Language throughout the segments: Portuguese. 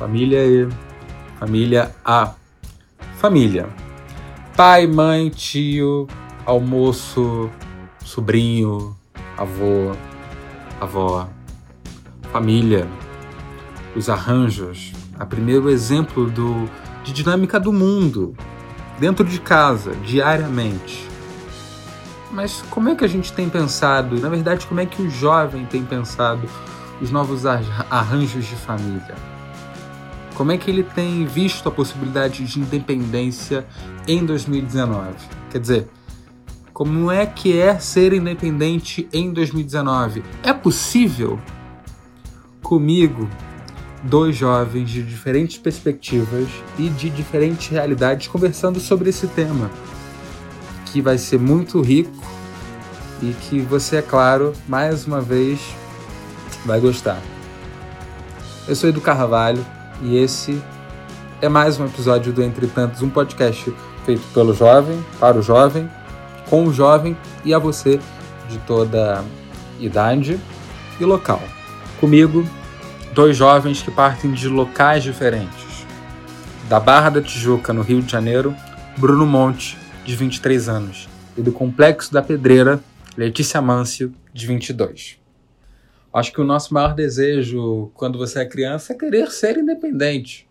Família E, família A. Família. Pai, mãe, tio, almoço, sobrinho, avô, avó. Família. Os arranjos. O primeiro exemplo de dinâmica do mundo. Dentro de casa, diariamente. Mas como é que a gente tem pensado, na verdade, como é que o jovem tem pensado os novos arranjos de família? Como é que ele tem visto a possibilidade de independência em 2019? Quer dizer, como é que é ser independente em 2019? É possível? Comigo, 2 jovens de diferentes perspectivas e de diferentes realidades conversando sobre esse tema, que vai ser muito rico e que você, é claro, mais uma vez vai gostar. Eu sou Edu Carvalho e esse é mais um episódio do Entre Tantos, um podcast feito pelo jovem, para o jovem, com o jovem e a você de toda idade e local. Comigo, 2 jovens que partem de locais diferentes. Da Barra da Tijuca, no Rio de Janeiro, Bruno Monte, de 23 anos. E do Complexo da Pedreira, Letícia Mâncio, de 22. Acho que o nosso maior desejo, quando você é criança, é querer ser independente.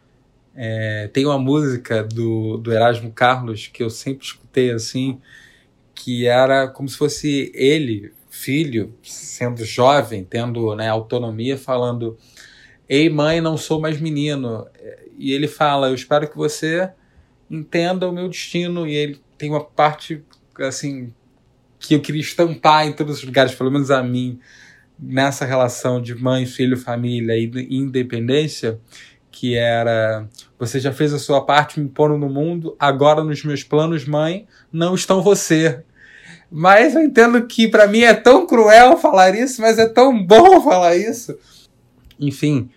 Tem uma música do Erasmo Carlos que eu sempre escutei assim, que era como se fosse ele, filho, sendo jovem, tendo, né, autonomia, falando: "Ei, mãe, não sou mais menino." E ele fala: "Eu espero que você entenda o meu destino." E ele tem uma parte assim que eu queria estampar em todos os lugares, pelo menos a mim, nessa relação de mãe, filho, família e independência, que era: "Você já fez a sua parte me pondo no mundo, agora nos meus planos, mãe, não estão você." Mas eu entendo que para mim é tão cruel falar isso, mas é tão bom falar isso. Enfim,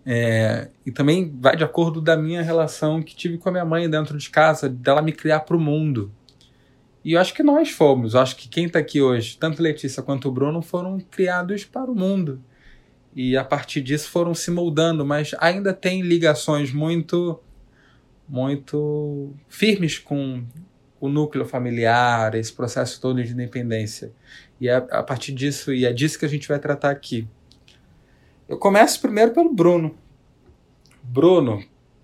e também vai de acordo da minha relação que tive com a minha mãe dentro de casa, dela me criar para o mundo. E eu acho que nós fomos, eu acho que quem está aqui hoje, tanto Letícia quanto o Bruno, foram criados para o mundo. E a partir disso foram se moldando, mas ainda tem ligações muito, muito firmes com o núcleo familiar, esse processo todo de independência. E é a partir disso, e é disso que a gente vai tratar aqui. Eu começo primeiro pelo Bruno. Bruno,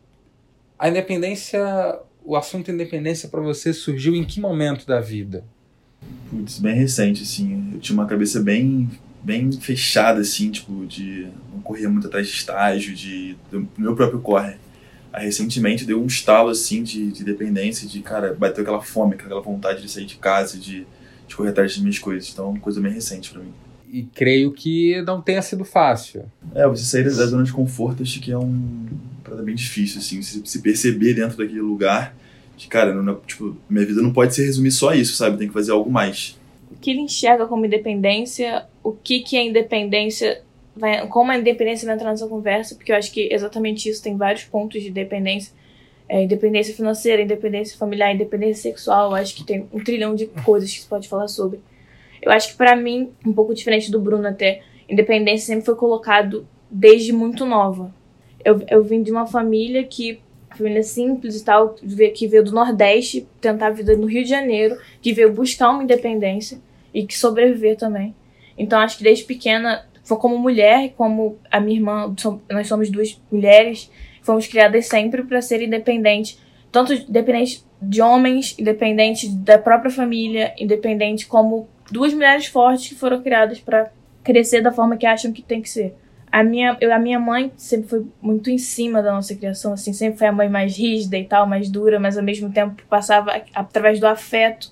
a independência, o assunto independência para você surgiu em que momento da vida? Putz, bem recente, assim. Eu tinha uma cabeça bem fechada, assim, tipo, de não correr muito atrás de estágio, do meu próprio corre. Aí, recentemente, deu um estalo, assim, de dependência, de, bateu aquela fome, aquela vontade de sair de casa, de correr atrás das minhas coisas. Então, uma coisa bem recente pra mim. E creio que não tenha sido fácil. Você sair da zona de conforto, acho que é uma parada bem difícil, assim, se perceber dentro daquele lugar de, minha vida não pode se resumir só a isso, sabe? Tem que fazer algo mais. O que ele enxerga como independência, o que é independência, como a independência vai entrar nessa conversa, porque eu acho que exatamente isso, tem vários pontos de dependência. Independência financeira, independência familiar, independência sexual, eu acho que tem 1 trilhão de coisas que se pode falar sobre. Eu acho que pra mim, um pouco diferente do Bruno até, independência sempre foi colocado desde muito nova. Eu vim de uma família simples e tal, que veio do Nordeste, tentar a vida no Rio de Janeiro, que veio buscar uma independência e que sobreviver também. Então acho que desde pequena, como mulher, como a minha irmã, nós somos 2 mulheres, fomos criadas sempre para ser independentes, tanto independente de homens, independente da própria família, independente como 2 mulheres fortes que foram criadas para crescer da forma que acham que tem que ser. A minha mãe sempre foi muito em cima da nossa criação, assim, sempre foi a mãe mais rígida e tal, mais dura, mas ao mesmo tempo passava através do afeto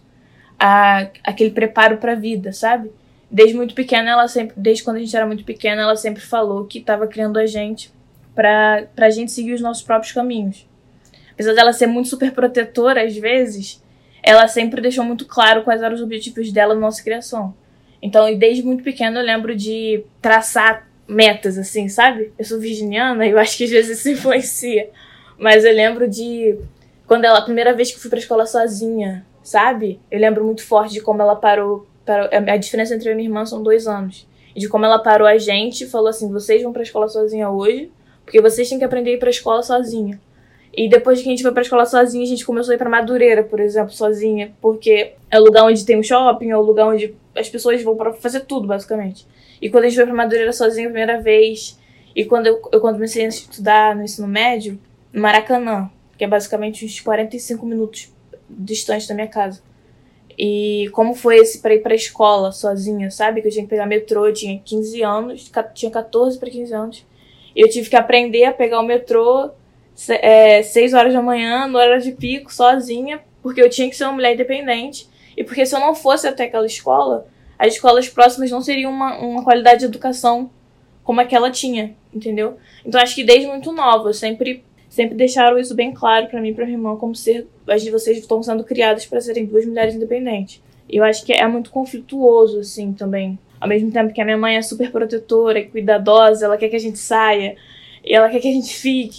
aquele preparo para a vida, sabe? Desde muito pequena, desde quando a gente era muito pequena, ela sempre falou que estava criando a gente pra gente seguir os nossos próprios caminhos. Apesar dela ser muito super protetora às vezes, ela sempre deixou muito claro quais eram os objetivos dela na nossa criação. Então, desde muito pequena eu lembro de traçar metas, assim, sabe? Eu sou virginiana e eu acho que às vezes isso influencia. Mas eu lembro de a primeira vez que eu fui pra escola sozinha, sabe? Eu lembro muito forte de como ela parou. A diferença entre eu e minha irmã são 2 anos. E de como ela parou a gente e falou assim: vocês vão pra escola sozinha hoje, Porque vocês têm que aprender a ir pra escola sozinha. E depois que a gente foi pra escola sozinha, a gente começou a ir pra Madureira, por exemplo, sozinha. Porque é o lugar onde tem um shopping, é o lugar onde as pessoas vão pra fazer tudo, basicamente. E quando a gente foi pra Madureira sozinha a primeira vez, e quando eu comecei a estudar no ensino médio, no Maracanã, que é basicamente uns 45 minutos distante da minha casa. E como foi esse pra ir pra escola sozinha, sabe? Que eu tinha que pegar metrô, eu tinha 15 anos, tinha 14 pra 15 anos. E eu tive que aprender a pegar o metrô 6 horas da manhã, no horário de pico, sozinha, porque eu tinha que ser uma mulher independente. E porque se eu não fosse até aquela escola, as escolas próximas não teriam uma qualidade de educação como aquela tinha, entendeu? Então acho que desde muito nova, sempre deixaram isso bem claro pra mim e pra minha irmã, como ser, vocês estão sendo criadas pra serem 2 mulheres independentes. E eu acho que é muito conflituoso, assim, também. Ao mesmo tempo que a minha mãe é super protetora e cuidadosa, ela quer que a gente saia, e ela quer que a gente fique,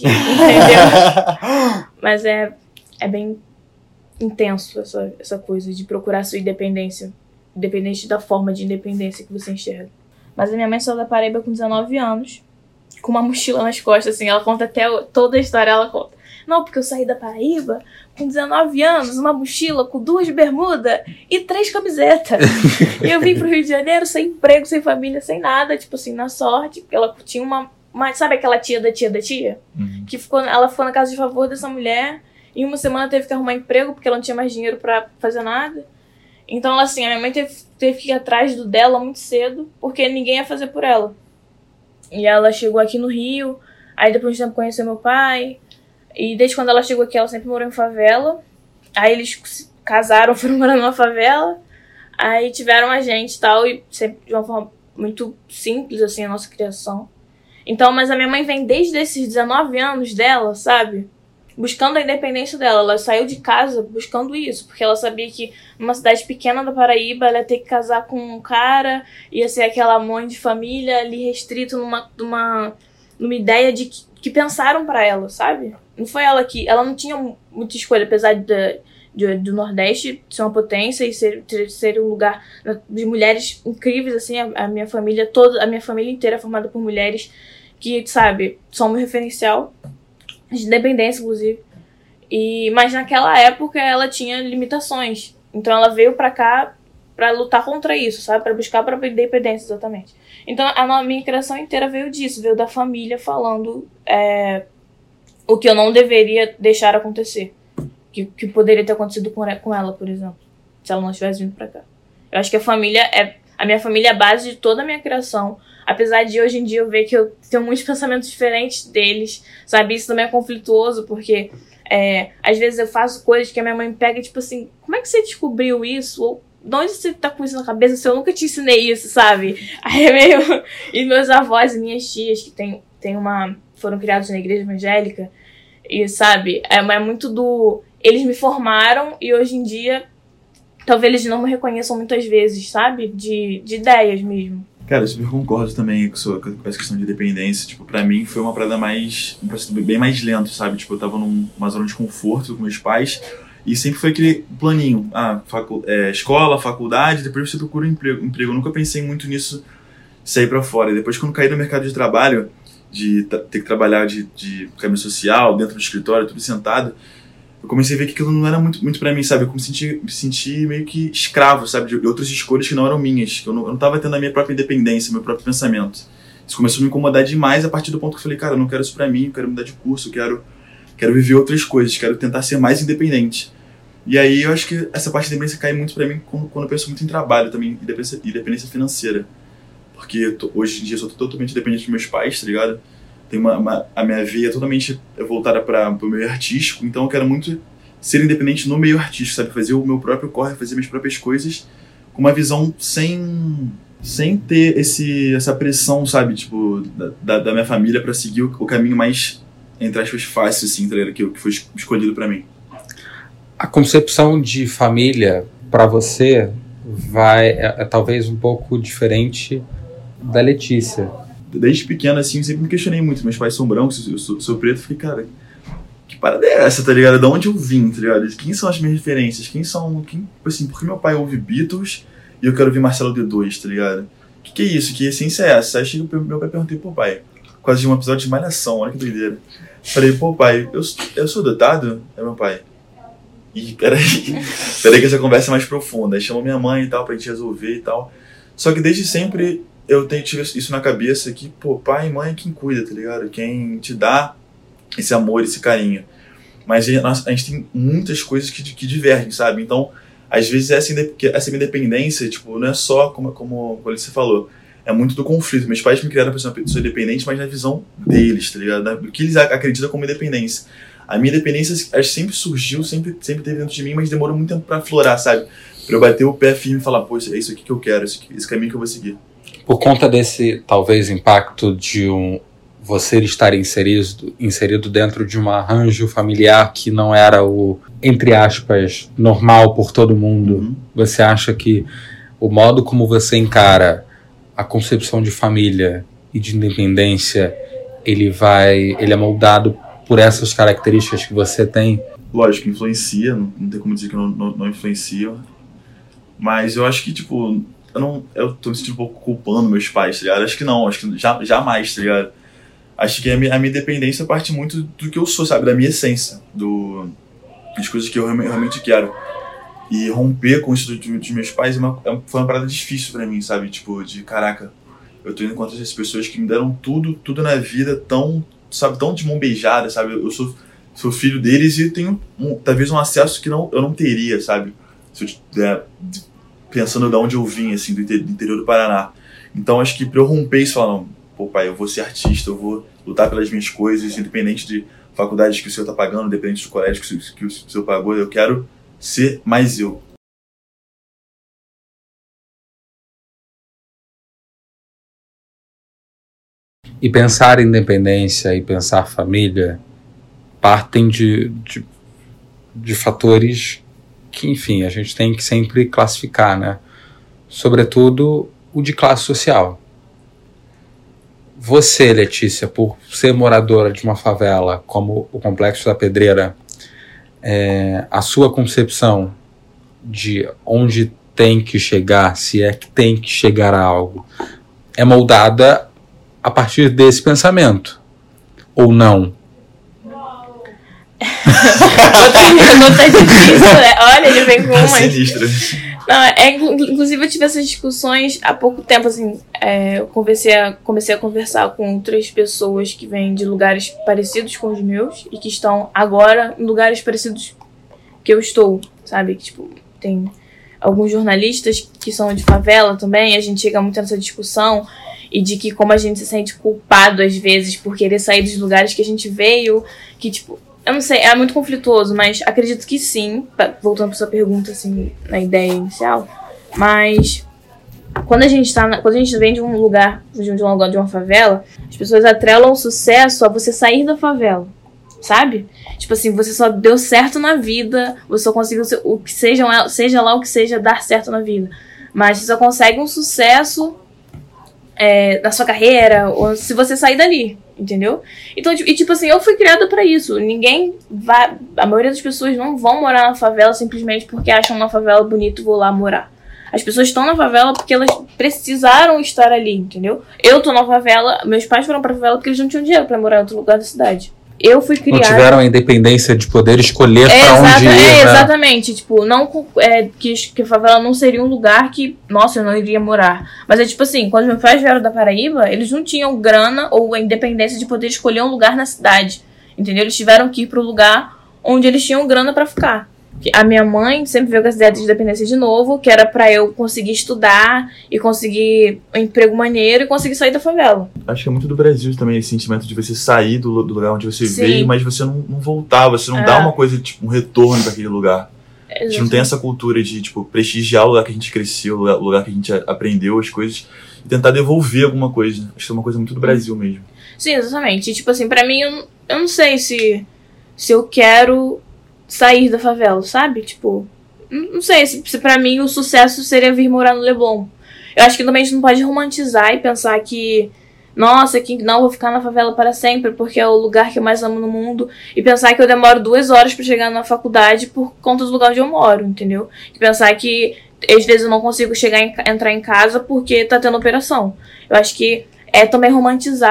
entendeu? Mas é bem intenso essa coisa de procurar sua independência, independente da forma de independência que você enxerga. Mas a minha mãe saiu da Paraíba com 19 anos, com uma mochila nas costas, assim, ela conta até toda a história, ela conta. Não, porque eu saí da Paraíba com 19 anos, uma mochila com 2 bermudas e 3 camisetas. E eu vim pro Rio de Janeiro sem emprego, sem família, sem nada, tipo assim, na sorte. Ela tinha uma sabe aquela tia da tia da tia? Uhum. Que ela ficou na casa de favor dessa mulher, e em uma semana teve que arrumar emprego, porque ela não tinha mais dinheiro pra fazer nada. Então, ela, assim, a minha mãe teve que ir atrás do dela muito cedo, porque ninguém ia fazer por ela. E ela chegou aqui no Rio, aí depois de um tempo conheceu meu pai. E desde quando ela chegou aqui, ela sempre morou em favela. Aí eles se casaram, foram morar numa favela. Aí tiveram a gente e tal, e sempre de uma forma muito simples, assim, a nossa criação. Então, mas a minha mãe vem desde esses 19 anos dela, sabe? Buscando a independência dela. Ela saiu de casa buscando isso, porque ela sabia que numa cidade pequena da Paraíba, ela ia ter que casar com um cara, ia ser aquela mãe de família ali restrito numa ideia de que pensaram pra ela, sabe? Não foi ela não tinha muita escolha, apesar do Nordeste ser uma potência e ser um lugar de mulheres incríveis, assim, a minha família inteira é formada por mulheres que, sabe, são meu referencial de independência, inclusive. Mas naquela época ela tinha limitações, então ela veio pra cá pra lutar contra isso, sabe, pra buscar a própria independência, exatamente. Então a minha criação inteira veio disso, veio da família falando o que eu não deveria deixar acontecer. Que poderia ter acontecido com ela, por exemplo, se ela não tivesse vindo pra cá. Eu acho que a minha família é a base de toda a minha criação. Apesar de hoje em dia eu ver que eu tenho muitos pensamentos diferentes deles, sabe? Isso também é conflituoso, porque às vezes eu faço coisas que a minha mãe pega, tipo assim, como é que você descobriu isso? Ou de onde você tá com isso na cabeça se eu nunca te ensinei isso, sabe? Aí é meio... E meus avós e minhas tias, que foram criados na igreja evangélica, e, sabe, é muito eles me formaram e hoje em dia talvez eles não me reconheçam muitas vezes, sabe? De ideias mesmo. Cara, eu super concordo também com essa questão de dependência. Tipo, pra mim foi uma parada um processo bem mais lento, sabe? Tipo, eu tava numa zona de conforto com meus pais e sempre foi aquele planinho. Escola, faculdade, depois você procura um emprego. Eu nunca pensei muito nisso, sair pra fora. E depois, quando caí no mercado de trabalho, de ter que trabalhar de caminho social, dentro do escritório, tudo sentado, eu comecei a ver que aquilo não era muito pra mim, sabe? Eu me senti meio que escravo, sabe? De outras escolhas que não eram minhas. Que eu não tava tendo a minha própria independência, meu próprio pensamento. Isso começou a me incomodar demais a partir do ponto que eu falei, cara, eu não quero isso pra mim, eu quero mudar de curso, eu quero viver outras coisas, quero tentar ser mais independente. E aí eu acho que essa parte de independência cai muito pra mim quando eu penso muito em trabalho também, independência financeira. Porque hoje em dia eu sou totalmente dependente dos meus pais, tá ligado? A minha veia totalmente voltada pro meio artístico, então eu quero muito ser independente no meio artístico, sabe? Fazer o meu próprio corre, fazer minhas próprias coisas, com uma visão sem ter essa pressão, sabe? Tipo, da minha família pra seguir o caminho mais, entre aspas, fácil, assim, tá ligado? Que foi escolhido pra mim. A concepção de família pra você é talvez um pouco diferente da Letícia. Desde pequeno, assim, eu sempre me questionei muito. Meus pais são brancos, eu sou preto. Fiquei, cara, que parada é essa, tá ligado? De onde eu vim, tá ligado? Quem são as minhas referências? Assim, por que meu pai ouve Beatles e eu quero ouvir Marcelo D2, tá ligado? Que é isso? Que essência é essa? Aí chega meu pai e perguntei, pô, pai, causa de um episódio de Malhação, olha que doideira. Falei, pô, pai, eu sou adotado? É meu pai. Ih, peraí que essa conversa é mais profunda. Aí chamou minha mãe e tal, pra gente resolver e tal. Só que desde sempre eu tive isso na cabeça que, pô, pai e mãe é quem cuida, tá ligado? Quem te dá esse amor, esse carinho. Mas a gente tem muitas coisas que divergem, sabe? Então, às vezes essa independência, tipo, não é só como você falou, é muito do conflito. Meus pais me criaram pra ser uma pessoa independente, mas na visão deles, tá ligado? O que eles acreditam como independência. A minha independência sempre surgiu, sempre teve dentro de mim, mas demorou muito tempo pra aflorar, sabe? Pra eu bater o pé firme e falar, pô, é isso aqui que eu quero, esse caminho que eu vou seguir. Por conta desse, talvez, impacto de você estar inserido dentro de um arranjo familiar que não era o, entre aspas, normal por todo mundo, você acha que o modo como você encara a concepção de família e de independência, ele é moldado por essas características que você tem? Lógico, influencia, não tem como dizer que não influencia, mas eu acho que, tipo, eu tô me sentindo um pouco culpando meus pais, tá ligado? Acho que não, acho que jamais, tá ligado? Acho que a minha independência parte muito do que eu sou, sabe? Da minha essência, das coisas que eu realmente quero. E romper com isso dos meus pais foi uma parada difícil pra mim, sabe? Tipo, caraca, eu tô indo contra essas pessoas que me deram tudo na vida tão de mão beijada, sabe? Eu sou filho deles e tenho talvez um acesso que eu não teria, sabe? Pensando de onde eu vim, assim, do interior do Paraná. Então acho que pra eu romper isso, falar, não, pô, pai, eu vou ser artista, eu vou lutar pelas minhas coisas, independente de faculdades que o senhor tá pagando, independente do colégio que o senhor pagou, eu quero ser mais eu. E pensar independência e pensar família partem de fatores que, enfim, a gente tem que sempre classificar, né? Sobretudo o de classe social. Você, Letícia, por ser moradora de uma favela como o Complexo da Pedreira, a sua concepção de onde tem que chegar, se é que tem que chegar a algo, é moldada a partir desse pensamento, ou não? Não tá difícil, né? Olha, ele vem com uma... Sinistra. Não, inclusive eu tive essas discussões há pouco tempo, assim, eu comecei a conversar com outras pessoas que vêm de lugares parecidos com os meus e que estão agora em lugares parecidos que eu estou, sabe? Que, tipo, tem alguns jornalistas que são de favela também, a gente chega muito nessa discussão e de que como a gente se sente culpado às vezes por querer sair dos lugares que a gente veio, que, tipo, eu não sei, é muito conflituoso, mas acredito que sim, voltando para sua pergunta, assim, na ideia inicial, mas quando a gente vem de um lugar, de uma favela, as pessoas atrelam o sucesso a você sair da favela, sabe? Tipo assim, você só deu certo na vida, você só conseguiu o que seja lá o que seja dar certo na vida, mas você só consegue um sucesso na sua carreira, ou se você sair dali, entendeu? Então, tipo assim, eu fui criada pra isso. A maioria das pessoas não vão morar na favela simplesmente porque acham uma favela bonita e vou lá morar. As pessoas estão na favela porque elas precisaram estar ali, entendeu? Eu tô na favela, meus pais foram pra favela porque eles não tinham dinheiro pra morar em outro lugar da cidade. Eu fui criada... Não tiveram a independência de poder escolher pra onde ir, né? Exatamente. Tipo, não, que a favela não seria um lugar que, nossa, eu não iria morar. Mas é tipo assim, quando meus pais vieram da Paraíba, eles não tinham grana ou a independência de poder escolher um lugar na cidade. Entendeu? Eles tiveram que ir pro lugar onde eles tinham grana pra ficar. A minha mãe sempre veio com essa ideia de independência de novo, que era pra eu conseguir estudar e conseguir um emprego maneiro e conseguir sair da favela. Acho que é muito do Brasil também esse sentimento de você sair do lugar onde você veio, mas você não voltar, você não dá uma coisa, tipo, um retorno para aquele lugar. Exatamente. A gente não tem essa cultura de, tipo, prestigiar o lugar que a gente cresceu, o lugar que a gente aprendeu as coisas e tentar devolver alguma coisa. Acho que é uma coisa muito do Brasil mesmo. Sim, exatamente. E, tipo assim, pra mim, eu não sei se eu quero sair da favela, sabe? Tipo, não sei se pra mim o sucesso seria vir morar no Leblon. Eu acho que também a gente não pode romantizar e pensar que, nossa, que não, vou ficar na favela para sempre porque é o lugar que eu mais amo no mundo, e pensar que eu demoro 2 horas pra chegar na faculdade por conta do lugar onde eu moro, entendeu? E pensar que às vezes eu não consigo entrar em casa porque tá tendo operação. Eu acho que é também romantizar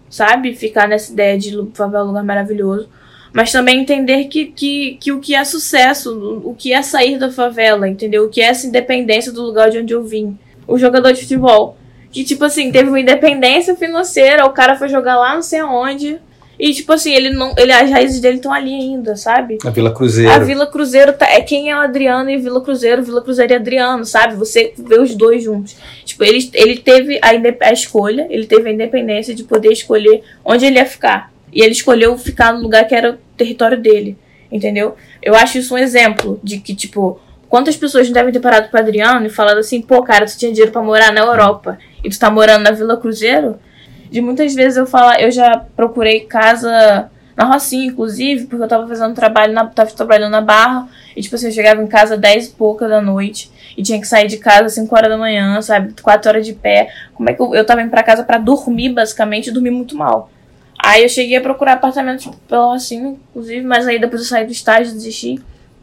sabe? Ficar nessa ideia de favela é um lugar maravilhoso. Mas também entender que o que é sucesso, o que é sair da favela, entendeu? O que é essa independência do lugar de onde eu vim. O jogador de futebol, que, tipo assim, teve uma independência financeira, o cara foi jogar lá não sei aonde, e, tipo assim, as raízes dele estão ali ainda, sabe? A Vila Cruzeiro. A Vila Cruzeiro é quem é o Adriano e Vila Cruzeiro e Adriano, sabe? Você vê os dois juntos. Tipo, ele teve a escolha, ele teve a independência de poder escolher onde ele ia ficar. E ele escolheu ficar no lugar que era o território dele, entendeu? Eu acho isso um exemplo de que, tipo, quantas pessoas não devem ter parado pro Adriano e falado assim, pô, cara, tu tinha dinheiro pra morar na Europa e tu tá morando na Vila Cruzeiro? De muitas vezes eu já procurei casa na Rocinha, inclusive, porque eu tava fazendo tava trabalhando na Barra, e tipo assim, eu chegava em casa 10 e pouca da noite, e tinha que sair de casa às 5 horas da manhã, sabe, 4 horas de pé. Como é que eu tava indo pra casa pra dormir, basicamente, e dormir muito mal. Aí eu cheguei a procurar apartamentos pela Rocinha, inclusive, mas aí depois eu saí do estágio, desisti.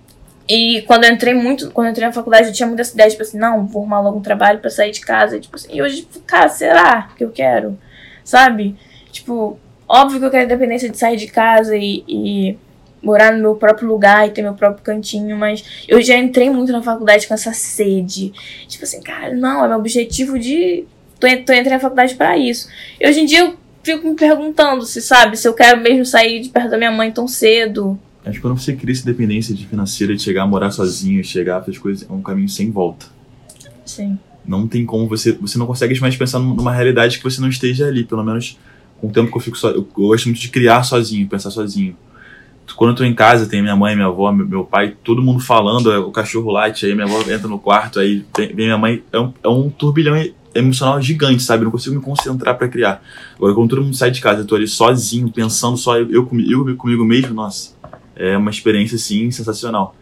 E quando eu entrei na faculdade, eu tinha muita essa ideia, tipo assim, não, vou arrumar logo um trabalho pra sair de casa, e, tipo assim, e hoje, cara, será que eu quero? Sabe? Tipo, óbvio que eu quero independência de sair de casa e morar no meu próprio lugar e ter meu próprio cantinho, mas eu já entrei muito na faculdade com essa sede. Tipo assim, cara, não, é meu objetivo de... Entrei na faculdade pra isso. E hoje em dia eu fico me perguntando se eu quero mesmo sair de perto da minha mãe tão cedo. Acho que quando você cria essa independência financeira de chegar a morar sozinho, chegar a fazer coisas, é um caminho sem volta. Sim. Não tem como você não consegue mais pensar numa realidade que você não esteja ali, pelo menos com o tempo que eu fico eu gosto muito de criar sozinho, pensar sozinho. Quando eu tô em casa, tem minha mãe, minha avó, meu pai, todo mundo falando, o cachorro late, aí minha avó entra no quarto, aí vem minha mãe, é um turbilhão emocional gigante, sabe? Eu não consigo me concentrar pra criar. Agora, quando todo mundo sai de casa, eu tô ali sozinho, pensando só eu comigo mesmo, nossa, é uma experiência, assim, sensacional.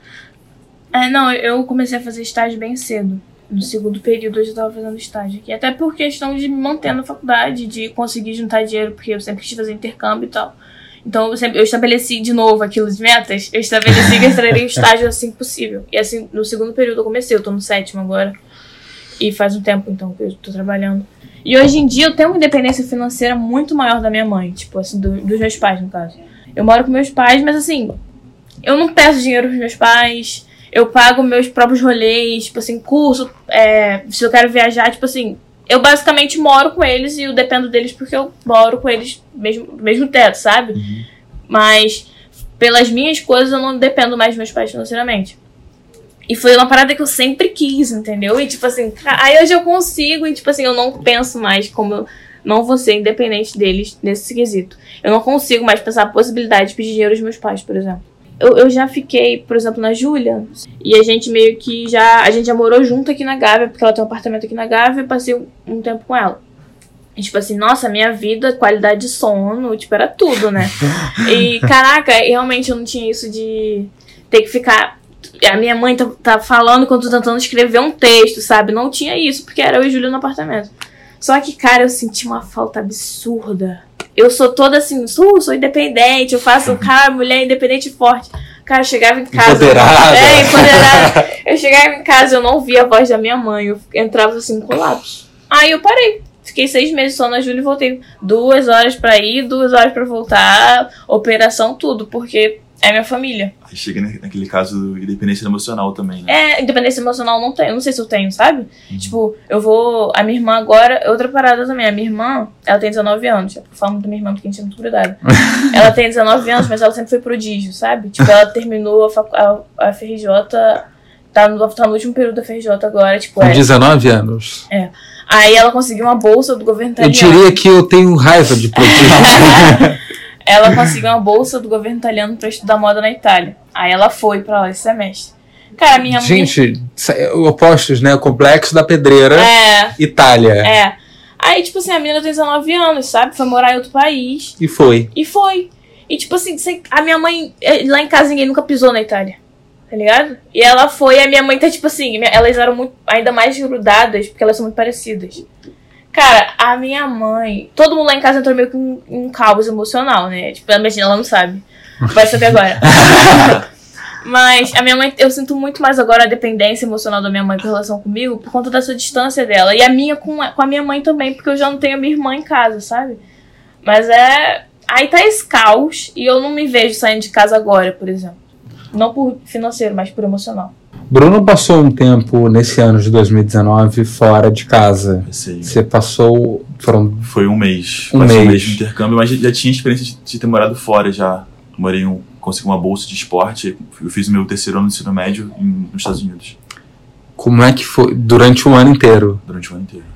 Não, eu comecei a fazer estágio bem cedo. No segundo período eu já estava fazendo estágio aqui. Até por questão de me manter na faculdade, de conseguir juntar dinheiro, porque eu sempre quis fazer intercâmbio e tal. Então eu estabeleci de novo aquilo de metas. Eu estabeleci que eu estaria em estágio assim que possível. E assim, no segundo período eu comecei, eu tô no 7º agora. E faz um tempo então que eu tô trabalhando. E hoje em dia eu tenho uma independência financeira muito maior da minha mãe. Tipo assim, dos meus pais no caso. Eu moro com meus pais, mas assim, eu não peço dinheiro pros meus pais. Eu pago meus próprios rolês, tipo assim, curso, se eu quero viajar, tipo assim, eu basicamente moro com eles e eu dependo deles porque eu moro com eles mesmo teto, sabe? Uhum. Mas pelas minhas coisas eu não dependo mais dos meus pais financeiramente. E foi uma parada que eu sempre quis, entendeu? E tipo assim, aí hoje eu consigo e tipo assim, eu não penso mais como eu não vou ser independente deles nesse quesito. Eu não consigo mais pensar a possibilidade de pedir dinheiro aos meus pais, por exemplo. Eu já fiquei, por exemplo, na Júlia, e a gente meio que a gente já morou junto aqui na Gávea, porque ela tem um apartamento aqui na Gávea, e passei um tempo com ela. E, tipo assim, nossa, minha vida, qualidade de sono, tipo, era tudo, né? E, caraca, realmente eu não tinha isso de ter que ficar... A minha mãe tá falando enquanto eu tô tentando escrever um texto, sabe? Não tinha isso, porque era eu e Júlia no apartamento. Só que, cara, eu senti uma falta absurda. Eu sou toda assim, sou independente, eu faço, cara, mulher independente e forte. Cara, eu chegava em casa... Empoderada. Empoderada. Eu chegava em casa, eu não via a voz da minha mãe, eu entrava assim, em colapso. Aí eu parei. Fiquei 6 meses só na Júlia e voltei 2 horas pra ir, 2 horas pra voltar, operação, tudo, porque é minha família. Aí chega naquele caso de independência emocional também, né? Independência emocional não tenho, não sei se eu tenho, sabe? Tipo, a minha irmã agora, outra parada também, a minha irmã, ela tem 19 anos, eu falo muito da minha irmã porque a gente é muito cuidado. Ela tem 19 anos, mas ela sempre foi prodígio, sabe? Tipo, ela terminou a FRJ, tá no último período da FRJ agora, tipo... Com 19 anos. Aí ela conseguiu uma bolsa do governo italiano. Eu diria que eu tenho raiva de prodígio. Ela conseguiu uma bolsa do governo italiano pra estudar moda na Itália. Aí ela foi pra lá esse semestre. Cara, minha mãe... Gente, opostos, né? O Complexo da Pedreira, Itália. Aí, tipo assim, a menina tem 19 anos, sabe? Foi morar em outro país. E foi. E, tipo assim, a minha mãe... Lá em casa ninguém nunca pisou na Itália. Tá ligado? E ela foi, e a minha mãe tá, tipo assim... Elas eram muito, ainda mais grudadas, porque elas são muito parecidas. Cara, a minha mãe... Todo mundo lá em casa entrou meio que um caos emocional, né? Tipo, imagina, ela não sabe. Vai saber agora. Mas a minha mãe... Eu sinto muito mais agora a dependência emocional da minha mãe com relação comigo por conta dessa distância dela. E a minha com a minha mãe também, porque eu já não tenho a minha irmã em casa, sabe? Mas aí tá esse caos e eu não me vejo saindo de casa agora, por exemplo. Não por financeiro, mas por emocional. Bruno passou um tempo nesse ano de 2019 fora de casa. Sim. Você passou... Foi um mês. Um mês de intercâmbio, mas já tinha experiência de ter morado fora já. Consegui uma bolsa de esporte. Eu fiz o meu 3º ano de ensino médio nos Estados Unidos. Como é que foi? Durante um ano inteiro? Durante o ano inteiro.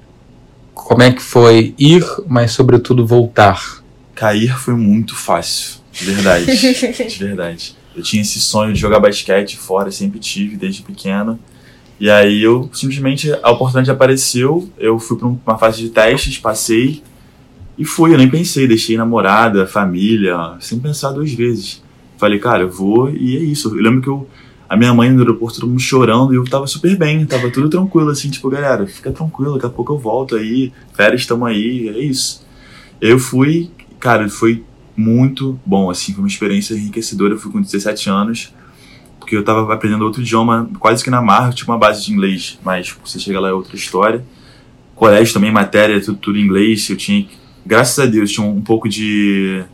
Como é que foi ir, mas sobretudo voltar? Cair foi muito fácil. De verdade. De verdade. Eu tinha esse sonho de jogar basquete fora, sempre tive, desde pequeno. E aí simplesmente, a oportunidade apareceu, eu fui para uma fase de testes, passei e fui. Eu nem pensei, deixei namorada, família, sem pensar 2 vezes. Falei, cara, eu vou e é isso. Eu lembro que a minha mãe no aeroporto, todo mundo chorando, e eu tava super bem, tava tudo tranquilo, assim, tipo, galera, fica tranquilo, daqui a pouco eu volto aí, férias tamo aí, é isso. Eu fui, cara, foi muito bom, assim, foi uma experiência enriquecedora. Eu fui com 17 anos, porque eu tava aprendendo outro idioma, quase que na marra, tipo uma base de inglês, mas você chega lá é outra história. Colégio também, matéria, tudo em inglês, eu tinha, graças a Deus, tinha um pouco de...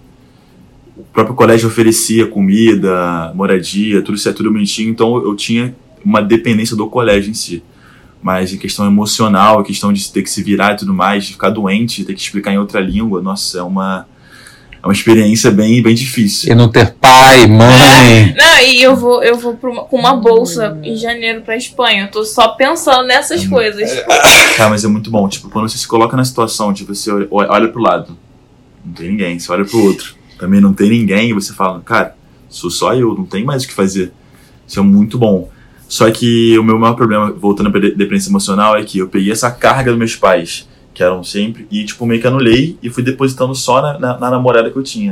O próprio colégio oferecia comida, moradia, tudo isso é tudo bonitinho, então eu tinha uma dependência do colégio em si. Mas em questão emocional, em questão de ter que se virar e tudo mais, de ficar doente, ter que explicar em outra língua, nossa, é uma experiência bem, bem difícil. E não ter pai, mãe... Não, e eu vou com uma bolsa em janeiro pra Espanha. Eu tô só pensando nessas coisas. Cara, mas é muito bom. Tipo, quando você se coloca na situação de você olha pro lado, não tem ninguém. Você olha pro outro, também não tem ninguém. E você fala, cara, sou só eu, não tem mais o que fazer. Isso é muito bom. Só que o meu maior problema, voltando pra dependência emocional, é que eu peguei essa carga dos meus pais, que eram sempre, e tipo, meio que anulei e fui depositando só na namorada que eu tinha.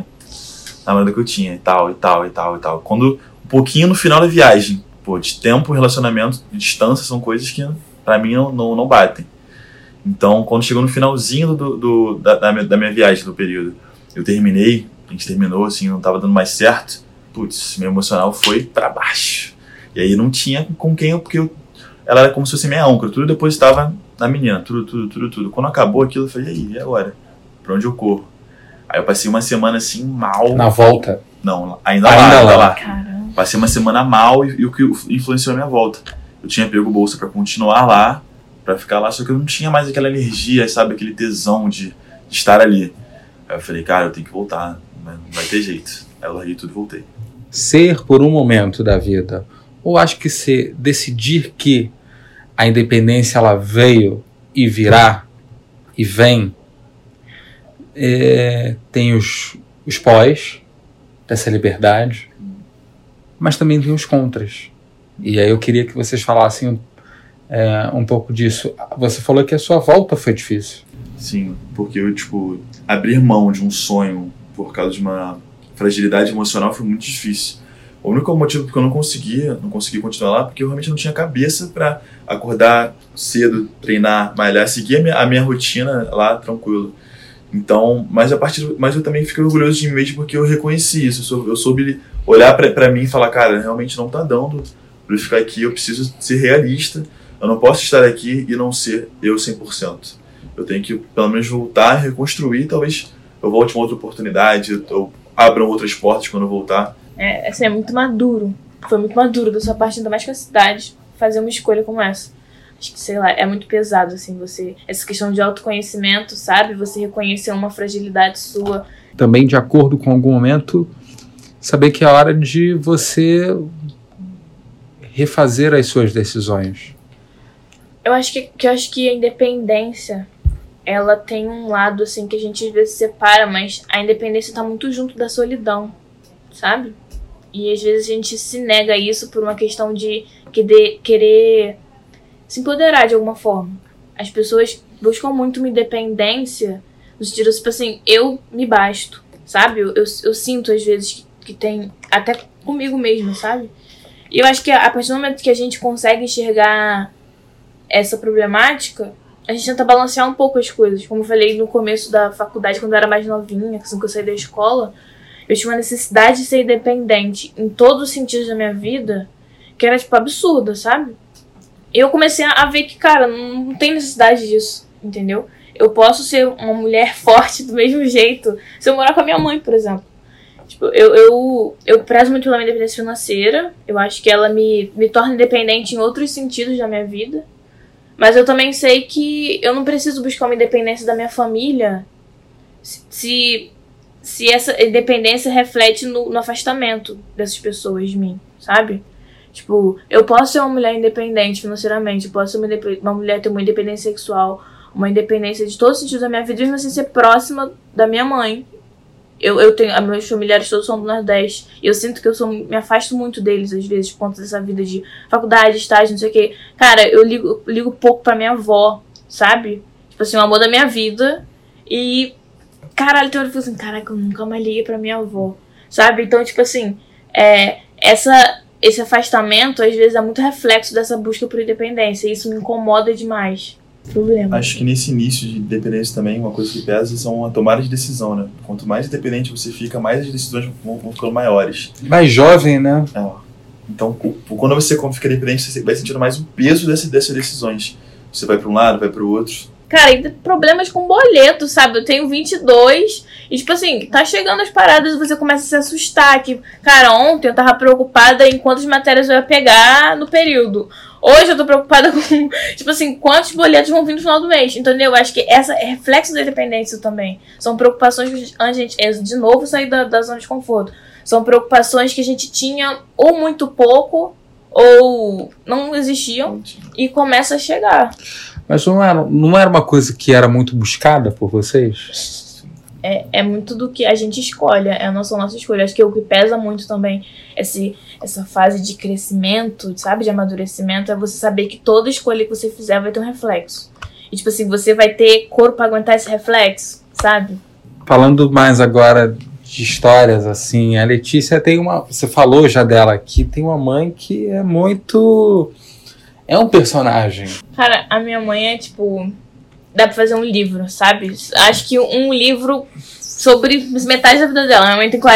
E tal. Quando, um pouquinho no final da viagem, de tempo, relacionamento, de distância, são coisas que pra mim não batem. Então, quando chegou no finalzinho da minha viagem, do período, a gente terminou, assim, não tava dando mais certo, meu emocional foi pra baixo. E aí não tinha com quem porque ela era como se fosse minha âncora, tudo depositava na menina, tudo. Quando acabou aquilo, eu falei, e agora? Pra onde eu corro? Aí eu passei uma semana assim, mal. Na volta? Não, ainda lá. Caramba. Passei uma semana mal e o que influenciou a minha volta. Eu tinha pego bolsa pra continuar lá, pra ficar lá, só que eu não tinha mais aquela energia, sabe, aquele tesão de estar ali. Aí eu falei, cara, eu tenho que voltar, não vai ter jeito. Aí eu larguei tudo e voltei. Ser por um momento da vida, ou acho que decidir que a independência ela veio e virá e vem, tem os pós dessa liberdade, mas também tem os contras. E aí eu queria que vocês falassem um pouco disso. Você falou que a sua volta foi difícil. Sim, porque eu, abrir mão de um sonho por causa de uma fragilidade emocional foi muito difícil. O único motivo porque eu não consegui continuar lá, porque eu realmente não tinha cabeça para acordar cedo, treinar, malhar, seguir a minha rotina lá tranquilo. Então, mas eu também fico orgulhoso de mim mesmo porque eu reconheci isso, eu soube olhar para mim e falar, cara, realmente não tá dando para eu ficar aqui, eu preciso ser realista, eu não posso estar aqui e não ser eu 100%. Eu tenho que pelo menos voltar, reconstruir, talvez eu volte uma outra oportunidade, ou abram outras portas quando eu voltar. Assim, é muito maduro. Foi muito maduro da sua parte, ainda mais com a cidade, fazer uma escolha como essa. Acho que, sei lá, é muito pesado, assim, essa questão de autoconhecimento, sabe? Você reconhecer uma fragilidade sua. Também, de acordo com algum momento, saber que é hora de você refazer as suas decisões. Eu acho que a independência, ela tem um lado, assim, que a gente às vezes separa, mas a independência tá muito junto da solidão, sabe? E às vezes a gente se nega a isso por uma questão de querer se empoderar de alguma forma. As pessoas buscam muito uma independência no sentido, tipo assim, eu me basto, sabe? Eu sinto às vezes que tem, até comigo mesmo, sabe? E eu acho que a partir do momento que a gente consegue enxergar essa problemática, a gente tenta balancear um pouco as coisas. Como eu falei no começo da faculdade, quando eu era mais novinha, assim que eu saí da escola, eu tinha uma necessidade de ser independente em todos os sentidos da minha vida, que era, absurda, sabe? Eu comecei a ver que, cara, não tem necessidade disso, entendeu? eu posso ser uma mulher forte do mesmo jeito se eu morar com a minha mãe, por exemplo. Tipo, eu prezo muito pela minha independência financeira. Eu acho que ela me torna independente em outros sentidos da minha vida. Mas eu também sei que eu não preciso buscar uma independência da minha família se essa independência reflete no afastamento dessas pessoas de mim, sabe? Tipo, eu posso ser uma mulher independente financeiramente, eu posso ser uma mulher ter uma independência sexual, uma independência de todos os sentidos da minha vida, mesmo assim ser próxima da minha mãe. Eu tenho, meus familiares todos são do Nordeste, e eu sinto que me afasto muito deles, às vezes, por conta dessa vida de faculdade, estágio, não sei o quê. Cara, eu ligo pouco pra minha avó, sabe? Tipo assim, o amor da minha vida, e caralho, então eu fico assim, caraca, eu nunca mais liguei pra minha avó, sabe? Então, tipo assim, esse afastamento, às vezes, é muito reflexo dessa busca por independência, e isso me incomoda demais. Problema. Acho que nesse início de independência também, uma coisa que pesa são a tomada de decisão, né? Quanto mais independente você fica, mais as decisões vão ficando maiores. Mais jovem, né? Então, quando você fica independente, você vai sentindo mais o peso dessas decisões. Você vai para um lado, vai para o outro. Cara, e problemas com boleto, sabe? Eu tenho 22 e, tipo assim, tá chegando as paradas e você começa a se assustar. Que, cara, ontem eu tava preocupada em quantas matérias eu ia pegar no período. Hoje eu tô preocupada com, tipo assim, quantos boletos vão vir no final do mês, entendeu? Eu acho que essa é reflexo da independência também. São preocupações que a gente, de novo, sair da zona de conforto. São preocupações que a gente tinha ou muito pouco ou não existiam e começa a chegar. Mas não era uma coisa que era muito buscada por vocês? É muito do que a gente escolhe, é a nossa escolha. Acho que o que pesa muito também essa fase de crescimento, sabe, de amadurecimento, é você saber que toda escolha que você fizer vai ter um reflexo. E tipo assim, você vai ter corpo pra aguentar esse reflexo, sabe? Falando mais agora de histórias, assim, a Letícia tem você falou já dela aqui, tem uma mãe que é muito... É um personagem. Cara, a minha mãe é tipo... Dá pra fazer um livro, sabe? Acho que um livro sobre metade da vida dela. Minha mãe tem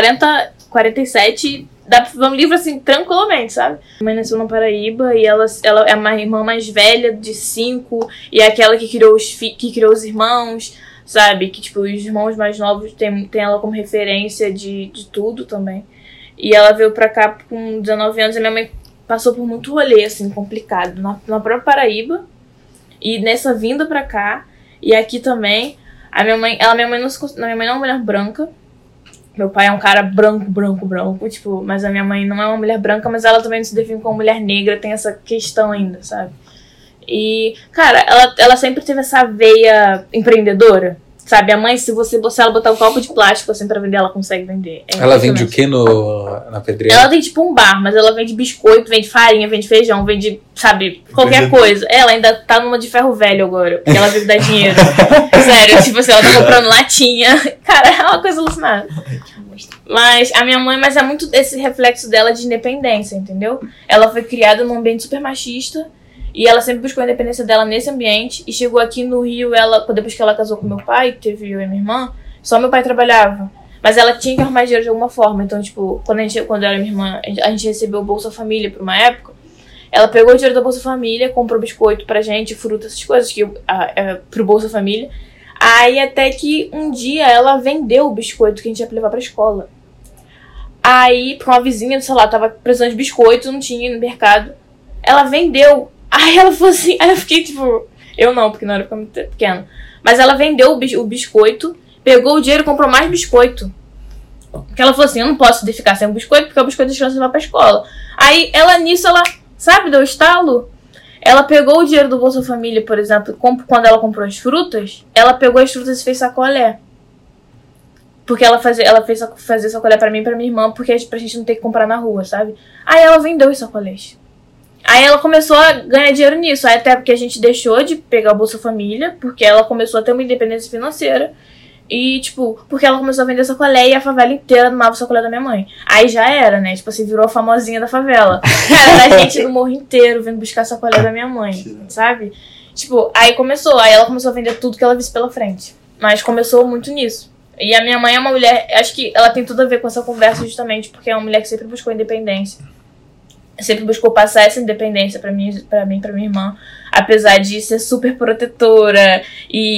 47, dá pra fazer um livro assim, tranquilamente, sabe? Minha mãe nasceu na Paraíba e ela é uma irmã mais velha, de 5, e é aquela que criou os irmãos, sabe? Que, tipo, os irmãos mais novos tem ela como referência de tudo também. E ela veio pra cá com 19 anos e minha mãe passou por muito rolê, assim, complicado. Na própria Paraíba. E nessa vinda pra cá, e aqui também, minha mãe não é uma mulher branca. Meu pai é um cara branco, tipo, mas a minha mãe não é uma mulher branca, mas ela também não se define como mulher negra, tem essa questão ainda, sabe? E, cara, ela sempre teve essa veia empreendedora, sabe? A mãe, se ela botar um copo de plástico assim pra vender, ela consegue vender. Ela vende o que na pedreira? Ela tem tipo um bar, mas ela vende biscoito, vende farinha, vende feijão, vende, sabe, qualquer coisa. Ela ainda tá numa de ferro velho agora, porque ela vive dar dinheiro. Sério, tipo assim, ela tá comprando latinha. Cara, é uma coisa alucinada. Mas a minha mãe, é muito esse reflexo dela de independência, entendeu? Ela foi criada num ambiente super machista. E ela sempre buscou a independência dela nesse ambiente. E chegou aqui no Rio, depois que ela casou com meu pai, teve eu e minha irmã, só meu pai trabalhava. Mas ela tinha que arrumar dinheiro de alguma forma. Então, tipo, quando eu era minha irmã, a gente recebeu o Bolsa Família por uma época. Ela pegou o dinheiro da Bolsa Família, comprou biscoito pra gente, fruta, essas coisas, pro Bolsa Família. Aí até que um dia ela vendeu o biscoito que a gente ia levar pra escola. Aí, pra uma vizinha, sei lá, tava precisando de biscoito, não tinha no mercado. Ela vendeu. Aí ela falou assim, aí eu fiquei tipo... Eu não, porque não era muito pequena. Mas ela vendeu o biscoito, pegou o dinheiro e comprou mais biscoito. Porque ela falou assim, eu não posso ficar sem o biscoito, porque o biscoito deixa ela levar pra escola. Aí ela, sabe, deu estalo. Ela pegou o dinheiro do Bolsa Família, por exemplo, quando ela comprou as frutas, ela pegou as frutas e fez sacolé. Porque ela fez fazer sacolé pra mim e pra minha irmã, porque pra gente não ter que comprar na rua, sabe? Aí ela vendeu os sacolés. Aí ela começou a ganhar dinheiro nisso, aí até porque a gente deixou de pegar o Bolsa Família, porque ela começou a ter uma independência financeira, e, tipo, porque ela começou a vender sacolé e a favela inteira amava o sacolé da minha mãe. Aí já era, né? Tipo assim, virou a famosinha da favela. Era a gente do morro inteiro vindo buscar sacolé da minha mãe, sabe? Tipo, aí ela começou a vender tudo que ela visse pela frente. Mas começou muito nisso. E a minha mãe é uma mulher, acho que ela tem tudo a ver com essa conversa justamente porque é uma mulher que sempre buscou independência. Sempre buscou passar essa independência pra mim e pra minha irmã. Apesar de ser super protetora e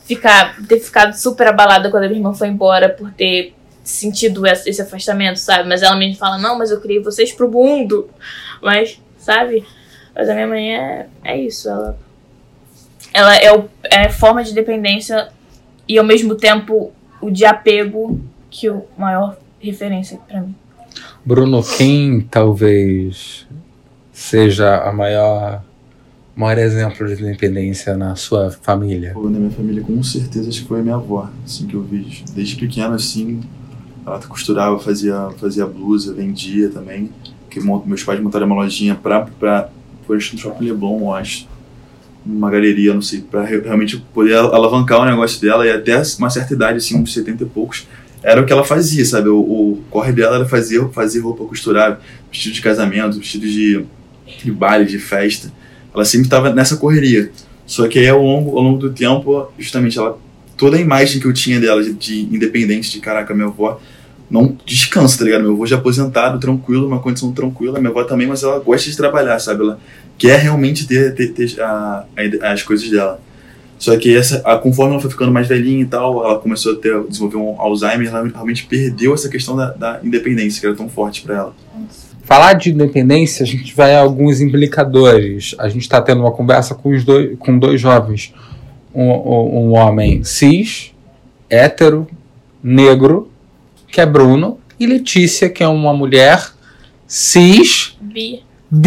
ter ficado super abalada quando a minha irmã foi embora por ter sentido esse afastamento, sabe? Mas ela mesmo fala, não, mas eu criei vocês pro mundo. Mas, sabe? Mas a minha mãe é isso. Ela é forma de dependência e, ao mesmo tempo, o de apego que o maior referência pra mim. Bruno, quem talvez seja o maior exemplo de independência na sua família? Pô, na minha família, com certeza, acho que foi a minha avó, assim, que eu vi. Desde pequeno, assim, ela costurava, fazia blusa, vendia também. Que meus pais montaram uma lojinha foi no Shopping Leblon, eu acho. Uma galeria, não sei, pra realmente poder alavancar o negócio dela. E até uma certa idade, assim, uns 70 e poucos, era o que ela fazia, sabe? O corre dela era fazer roupa, costurar, vestido de casamento, vestido de baile, de festa. Ela sempre estava nessa correria. Só que aí, ao longo do tempo, justamente, toda a imagem que eu tinha dela de independente, de caraca, minha avó não descansa, tá ligado? Meu avô já aposentado, tranquilo, uma condição tranquila. Minha avó também, mas ela gosta de trabalhar, sabe? Ela quer realmente ter as coisas dela. Só que conforme ela foi ficando mais velhinha e tal, ela começou a desenvolver um Alzheimer, ela realmente perdeu essa questão da independência, que era tão forte para ela. Falar de independência, a gente vai a alguns implicadores. A gente está tendo uma conversa com dois jovens. Um homem cis, hétero, negro, que é Bruno, e Letícia, que é uma mulher cis, bi.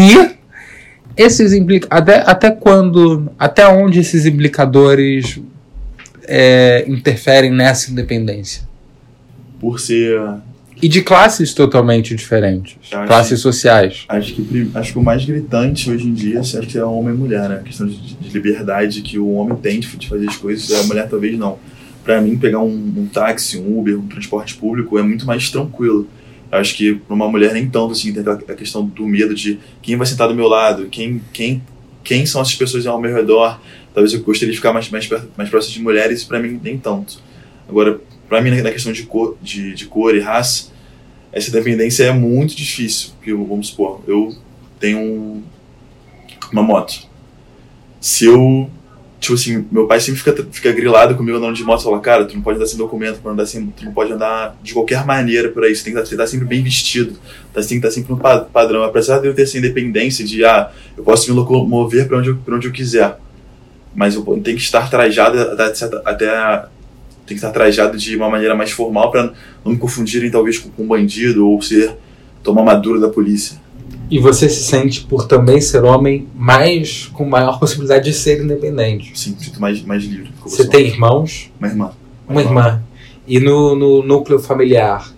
Até onde esses implicadores interferem nessa independência? Por ser... E de classes totalmente diferentes, classes sociais. Acho que o mais gritante hoje em dia, acho que é homem e mulher, né? A questão de liberdade que o homem tem de fazer as coisas, a mulher talvez não. Pra mim, pegar um táxi, um Uber, um transporte público é muito mais tranquilo. Acho que para uma mulher nem tanto, assim, tem a questão do medo de quem vai sentar do meu lado, quem são essas pessoas ao meu redor. Talvez eu gostaria de ficar mais próximo de mulheres, para mim nem tanto. Agora, para mim, na questão de cor e raça, essa dependência é muito difícil. Porque, vamos supor, eu tenho uma moto. Se eu... Tipo assim, meu pai sempre fica grilado comigo andando de moto e fala, cara, tu não pode andar sem documento, tu não pode andar de qualquer maneira por aí, você tem que estar sempre bem vestido, você tem que estar sempre no padrão. Apesar de eu ter essa independência de, eu posso me locomover para onde eu quiser, mas eu tenho que estar trajado tem que estar trajado de uma maneira mais formal para não me confundirem talvez com um bandido ou tomar uma dura da polícia. E você se sente, por também ser homem, com maior possibilidade de ser independente? Sim, me sinto mais livre. Você tem irmãos? Uma irmã. Uma irmã. E no núcleo familiar,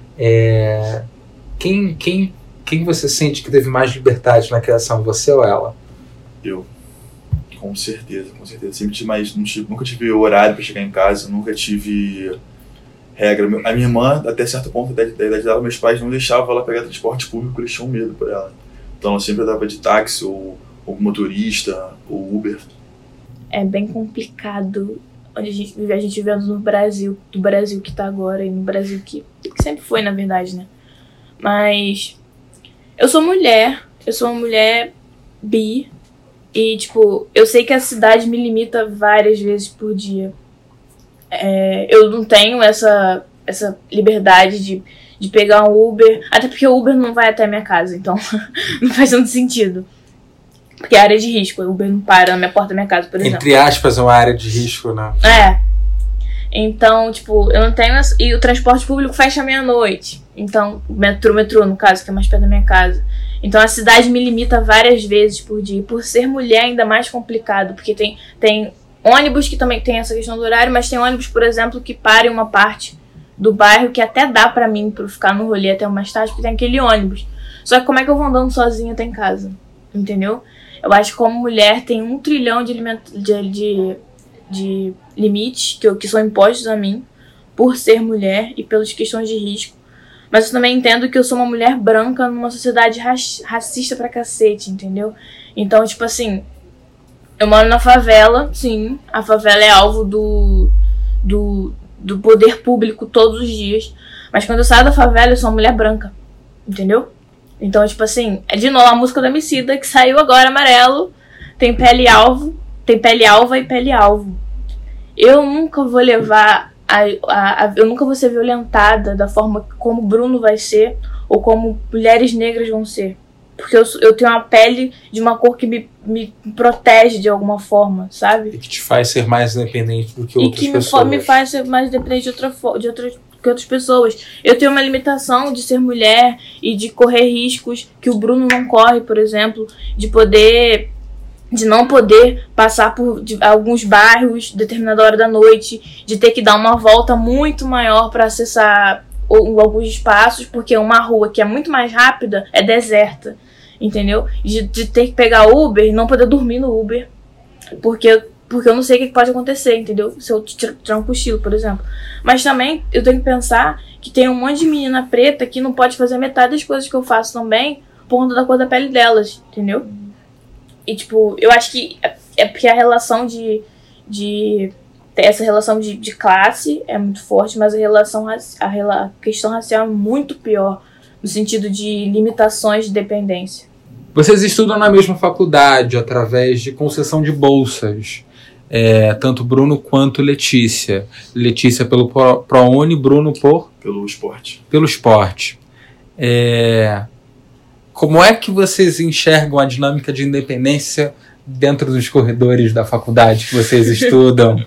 quem você sente que teve mais liberdade na criação, você ou ela? Eu. Com certeza. Sempre nunca tive horário para chegar em casa, nunca tive regra. A minha irmã, até certo ponto da idade dela, meus pais não deixavam ela pegar transporte público, eles tinham medo por ela. Então ela sempre andava de táxi, ou motorista, ou Uber. É bem complicado onde a gente vivendo no Brasil, do Brasil que tá agora, e no Brasil que sempre foi, na verdade, né? Mas eu sou uma mulher bi, e, tipo, eu sei que a cidade me limita várias vezes por dia. Eu não tenho essa liberdade de pegar um Uber, até porque o Uber não vai até a minha casa, então não faz tanto sentido. Porque é área de risco, o Uber não para na minha porta da minha casa, por exemplo. Entre aspas, é uma área de risco, né? Então, tipo, eu não tenho... E o transporte público fecha meia-noite. Então, metrô, no caso, que é mais perto da minha casa. Então, a cidade me limita várias vezes por dia. E por ser mulher, ainda mais complicado. Porque tem ônibus que também tem essa questão do horário, mas tem ônibus, por exemplo, que para em uma parte do bairro que até dá pra mim pra ficar no rolê até umas tarde, porque tem aquele ônibus. Só que como é que eu vou andando sozinha até em casa? Entendeu? Eu acho que como mulher tem 1 trilhão de limites que são impostos a mim por ser mulher e pelas questões de risco. Mas eu também entendo que eu sou uma mulher branca numa sociedade racista pra cacete, entendeu? Então, tipo assim, eu moro na favela, sim, a favela é alvo do poder público todos os dias, mas quando eu saio da favela eu sou uma mulher branca, entendeu? Então, tipo assim, é de novo a música do Emicida que saiu agora, Amarelo, tem pele alva e pele alvo. eu nunca vou levar eu nunca vou ser violentada da forma como o Bruno vai ser ou como mulheres negras vão ser. Porque eu tenho uma pele de uma cor que me protege de alguma forma, sabe? E que te faz ser mais independente do que outras pessoas. E que me faz ser mais independente de outras pessoas. Eu tenho uma limitação de ser mulher e de correr riscos que o Bruno não corre, por exemplo. De não poder passar por alguns bairros determinada hora da noite. De ter que dar uma volta muito maior para acessar alguns espaços. Porque uma rua que é muito mais rápida é deserta. Entendeu? De ter que pegar Uber e não poder dormir no Uber. Porque eu não sei o que pode acontecer, entendeu? Se eu tirar um cochilo, por exemplo. Mas também eu tenho que pensar que tem um monte de menina preta que não pode fazer metade das coisas que eu faço também por conta da cor da pele delas, entendeu? E tipo, eu acho que é porque a relação essa relação de classe é muito forte, mas a questão racial é muito pior. No sentido de limitações de dependência. Vocês estudam na mesma faculdade através de concessão de bolsas. Tanto Bruno quanto Letícia. Letícia pelo ProUni, Bruno pelo esporte. Pelo esporte. Como é que vocês enxergam a dinâmica de independência dentro dos corredores da faculdade que vocês estudam?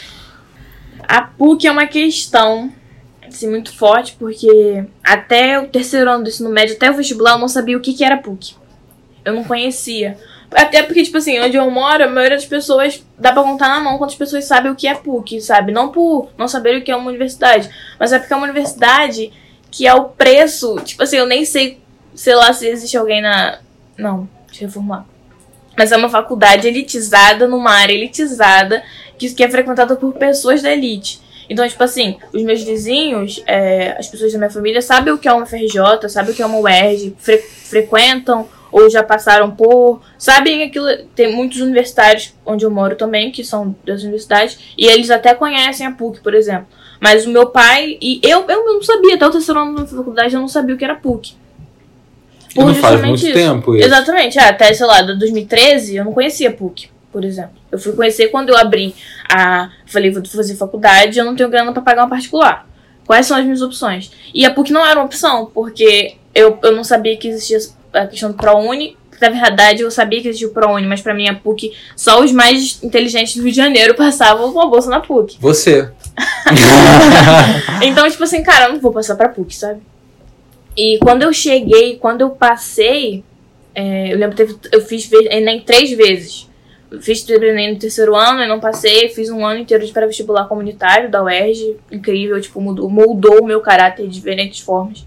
A PUC é uma questão assim, muito forte, porque até o terceiro ano do ensino médio, até o vestibular, eu não sabia o que era PUC. Eu não conhecia. Até porque, tipo assim, onde eu moro, a maioria das pessoas, dá pra contar na mão quantas pessoas sabem o que é PUC, sabe? Não por não saber o que é uma universidade, mas é porque é uma universidade que é o preço, tipo assim, eu nem sei lá se existe alguém Não, deixa eu reformular. Mas é uma faculdade elitizada, numa área elitizada, que é frequentada por pessoas da elite. Então, tipo assim, os meus vizinhos, as pessoas da minha família sabem o que é uma FRJ, sabem o que é uma UERJ, frequentam ou já passaram por, sabem aquilo. Tem muitos universitários onde eu moro também, que são das universidades, e eles até conhecem a PUC, por exemplo. Mas o meu pai, e eu não sabia, até o terceiro ano da faculdade eu não sabia o que era PUC. Não faz muito tempo isso. Exatamente, até, sei lá, de 2013 eu não conhecia PUC, por exemplo. Eu fui conhecer quando eu abri falei, vou fazer faculdade, eu não tenho grana pra pagar uma particular. Quais são as minhas opções? E a PUC não era uma opção, porque eu não sabia que existia a questão do ProUni. Na verdade, eu sabia que existia o ProUni, mas pra mim a PUC, só os mais inteligentes do Rio de Janeiro passavam com a bolsa na PUC. Você. Então, tipo assim, cara, eu não vou passar pra PUC, sabe? E quando eu passei, eu lembro que eu fiz Enem 3 vezes. Eu fiz Enem no terceiro ano e não passei. Fiz um ano inteiro de pré-vestibular comunitário da UERJ. Incrível, tipo, moldou o meu caráter de diferentes formas.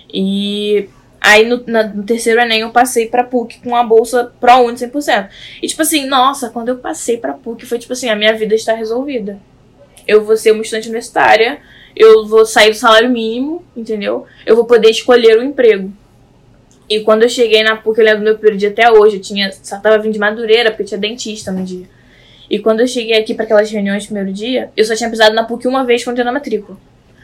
E aí no terceiro Enem eu passei pra PUC com a bolsa ProUni 100%. E tipo assim, nossa, quando eu passei pra PUC foi tipo assim, a minha vida está resolvida. Eu vou ser uma estudante universitária, eu vou sair do salário mínimo, entendeu? Eu vou poder escolher o emprego. E quando eu cheguei na PUC, eu lembro do meu primeiro dia até hoje, tava vindo de Madureira, porque eu tinha dentista no dia. E quando eu cheguei aqui para aquelas reuniões no primeiro dia, eu só tinha pisado na PUC uma vez quando eu tinha na matrícula.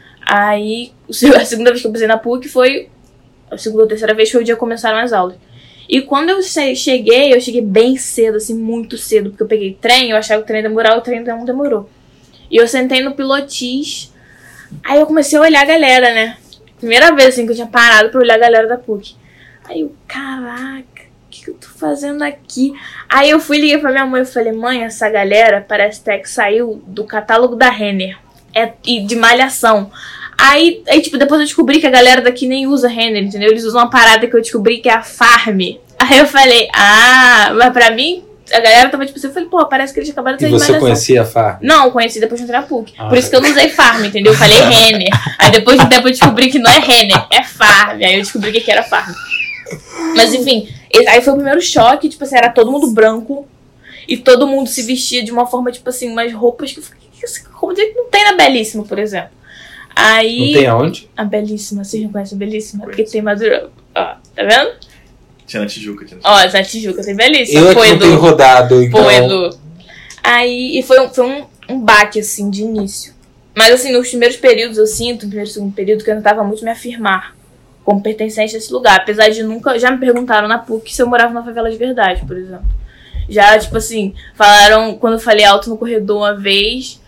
Aí, a segunda vez que eu pisei na PUC foi... A segunda ou terceira vez foi o dia que começaram as aulas. E quando eu cheguei bem cedo, assim, muito cedo, porque eu peguei trem, eu achava que o trem ia demorar, o trem não demorou. E eu sentei no pilotis, aí eu comecei a olhar a galera, né? Primeira vez, assim, que eu tinha parado pra olhar a galera da PUC. Aí eu, caraca, o que eu tô fazendo aqui? Aí eu liguei pra minha mãe e falei, mãe, essa galera parece até que saiu do catálogo da Renner. E de Malhação. Aí, tipo, depois eu descobri que a galera daqui nem usa Renner, entendeu? Eles usam uma parada que eu descobri que é a Farm. Aí eu falei, mas pra mim, a galera tava tipo assim, eu falei, pô, parece que eles acabaram de sair de Malhação. E você conhecia a Farm? Não, conheci depois de entrar na PUC. Por isso que eu não usei Farm, entendeu? Eu falei Renner. Aí depois de um tempo eu descobri que não é Renner, é Farm. Aí eu descobri que era Farm. Mas enfim, aí foi o primeiro choque, tipo assim, era todo mundo branco e todo mundo se vestia de uma forma, tipo assim, umas roupas que como dizer que não tem na Belíssima, por exemplo. Aí, não tem aonde? A Belíssima, vocês não conhecem a Belíssima? Porque tem Madureira. Ó, tá vendo? Tinha na Tijuca. Ó, na Tijuca tem Belíssima. Eu não tenho rodado, então. Pô, Edu. Aí, e foi um baque, assim, de início. Mas assim, nos primeiros períodos, eu sinto, no primeiro e segundo período, que eu tentava muito me afirmar como pertencente a esse lugar. Apesar de nunca... Já me perguntaram na PUC se eu morava na favela de verdade, por exemplo. Já, tipo assim, falaram... Quando eu falei alto no corredor uma vez,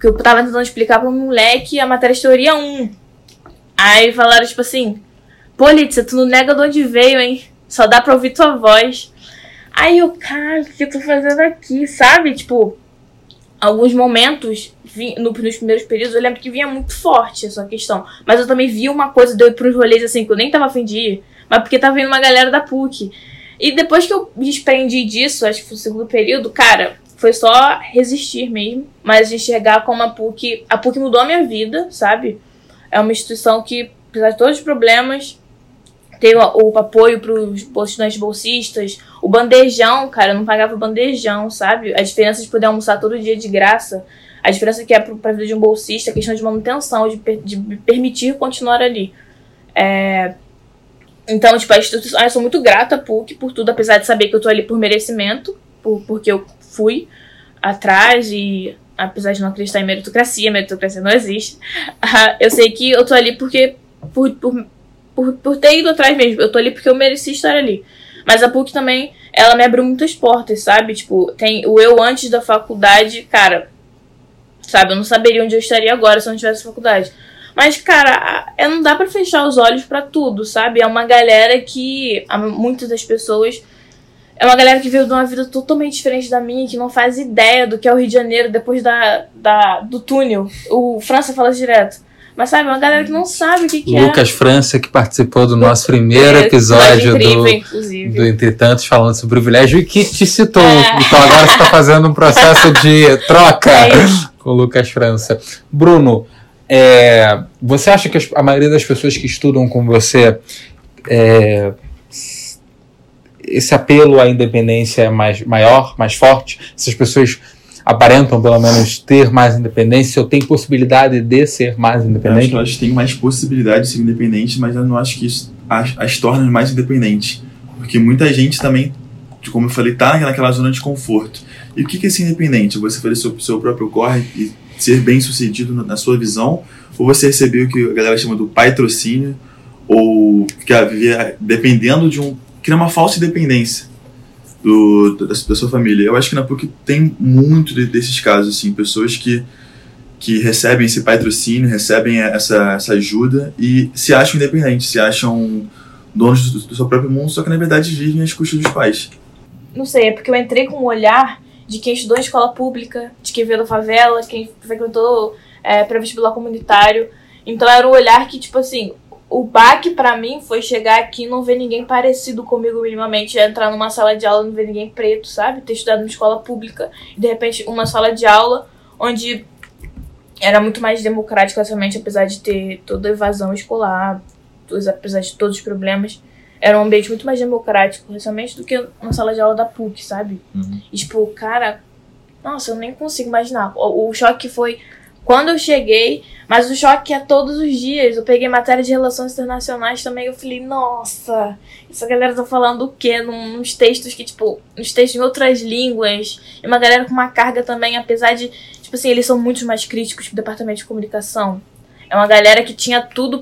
Porque eu tava tentando explicar pra um moleque a matéria de teoria 1. Aí falaram, tipo assim, pô, Lídia, tu não nega de onde veio, hein? Só dá pra ouvir tua voz. Aí eu, cara, o que eu tô fazendo aqui, sabe? Tipo, alguns momentos, nos primeiros períodos, eu lembro que vinha muito forte essa questão. Mas eu também vi uma coisa, deu pros rolês assim, que eu nem tava afim de ir, mas porque tava vindo uma galera da PUC. E depois que eu me desprendi disso, acho que foi o segundo período, cara, foi só resistir mesmo. Mas enxergar como a PUC mudou a minha vida, sabe? É uma instituição que, apesar de todos os problemas, tem o apoio pros estudantes bolsistas, o bandejão, cara, eu não pagava bandejão, sabe? A diferença de poder almoçar todo dia de graça, a diferença que é pra vida de um bolsista, a questão de manutenção, de me permitir continuar ali. Então, tipo, a instituição, eu sou muito grata à PUC por tudo, apesar de saber que eu tô ali por merecimento, porque eu fui atrás e apesar de não acreditar em meritocracia não existe. Eu sei que eu tô ali porque por ter ido atrás mesmo. Eu tô ali porque eu mereci estar ali. Mas a PUC também, ela me abriu muitas portas, sabe? Tipo, tem o eu antes da faculdade, cara, sabe? Eu não saberia onde eu estaria agora se eu não tivesse faculdade. Mas, cara, não dá pra fechar os olhos pra tudo, sabe? É uma galera que, muitas das pessoas, é uma galera que veio de uma vida totalmente diferente da minha, que não faz ideia do que é o Rio de Janeiro depois do túnel. O França fala direto. Mas, sabe, é uma galera que não sabe o que é. Lucas França, que participou do nosso primeiro episódio do Entre Tantos, falando sobre o privilégio, e que te citou. Então agora você está fazendo um processo de troca com o Lucas França. Bruno, você acha que a maioria das pessoas que estudam com você, esse apelo à independência é maior, mais forte? Essas pessoas aparentam, pelo menos, ter mais independência ou tem possibilidade de ser mais independente? Eu acho que elas têm mais possibilidade de ser independentes, mas eu não acho que isso as torna mais independentes. Porque muita gente também, como eu falei, tá naquela zona de conforto. E o que é ser independente? Você fazer seu próprio corre e ser bem sucedido na sua visão, ou você receber o que a galera chama do patrocínio, ou ficar viver dependendo criar uma falsa independência da sua família. Eu acho que na PUC tem muito desses casos, assim, pessoas que recebem esse patrocínio, recebem essa ajuda e se acham independentes, se acham donos do seu próprio mundo, só que na verdade vivem às custas dos pais. Não sei, é porque eu entrei com um olhar de quem estudou em escola pública, de quem veio da favela, quem frequentou pré-vestibular comunitário. Então era um olhar que, tipo assim, o baque pra mim foi chegar aqui e não ver ninguém parecido comigo minimamente, entrar numa sala de aula e não ver ninguém preto, sabe? Ter estudado numa escola pública e de repente uma sala de aula onde era muito mais democrático, racialmente, apesar de ter toda a evasão escolar, apesar de todos os problemas. Era um ambiente muito mais democrático, racialmente, do que uma sala de aula da PUC, sabe? Uhum. E, tipo, cara, nossa, eu nem consigo imaginar. O choque foi quando eu cheguei, mas o choque é todos os dias. Eu peguei matéria de relações internacionais também, eu falei, nossa, essa galera tá falando o quê? Nos textos que, tipo, nos textos em outras línguas. E uma galera com uma carga também, apesar de, tipo assim, eles são muito mais críticos que o departamento de comunicação. É uma galera que tinha tudo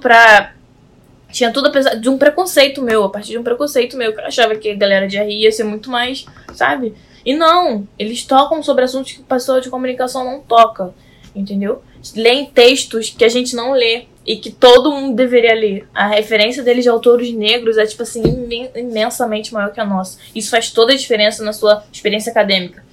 apesar de um preconceito meu, a partir de um preconceito meu, que eu achava que a galera de RI ia ser muito mais, sabe? E não, eles tocam sobre assuntos que o pessoal de comunicação não toca. Entendeu? Leem textos que a gente não lê e que todo mundo deveria ler. A referência deles de autores negros é, tipo assim, imensamente maior que a nossa. Isso faz toda a diferença na sua experiência acadêmica.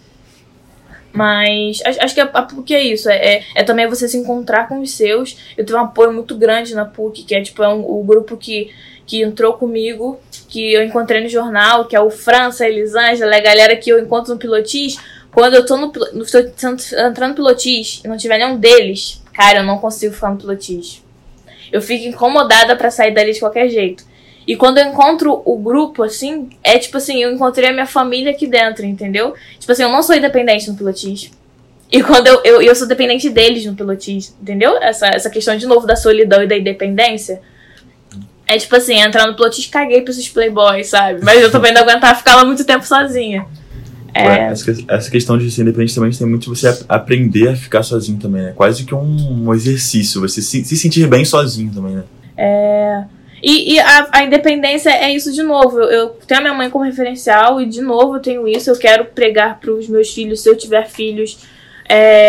Mas acho que a PUC é isso. É também você se encontrar com os seus. Eu tive um apoio muito grande na PUC, que é tipo o grupo que entrou comigo, que eu encontrei no jornal, que é o França, a Elisângela, a galera que eu encontro no Pilotis. Quando eu tô entrando no Pilotis e não tiver nenhum deles, cara, eu não consigo ficar no Pilotis. Eu fico incomodada pra sair dali de qualquer jeito. E quando eu encontro o grupo, assim, é tipo assim, eu encontrei a minha família aqui dentro, entendeu? Tipo assim, eu não sou independente no Pilotis. E quando eu sou dependente deles no Pilotis, entendeu? Essa questão, de novo, da solidão e da independência. É tipo assim, entrar no Pilotis, caguei pra esses playboys, sabe? Mas eu também não aguentava ficar lá muito tempo sozinha. Essa questão de ser independente também tem muito de você aprender a ficar sozinho também, né? Quase que um exercício, você se sentir bem sozinho também, né? E a independência é isso de novo. Eu tenho a minha mãe como referencial e de novo eu tenho isso. Eu quero pregar pros meus filhos, se eu tiver filhos,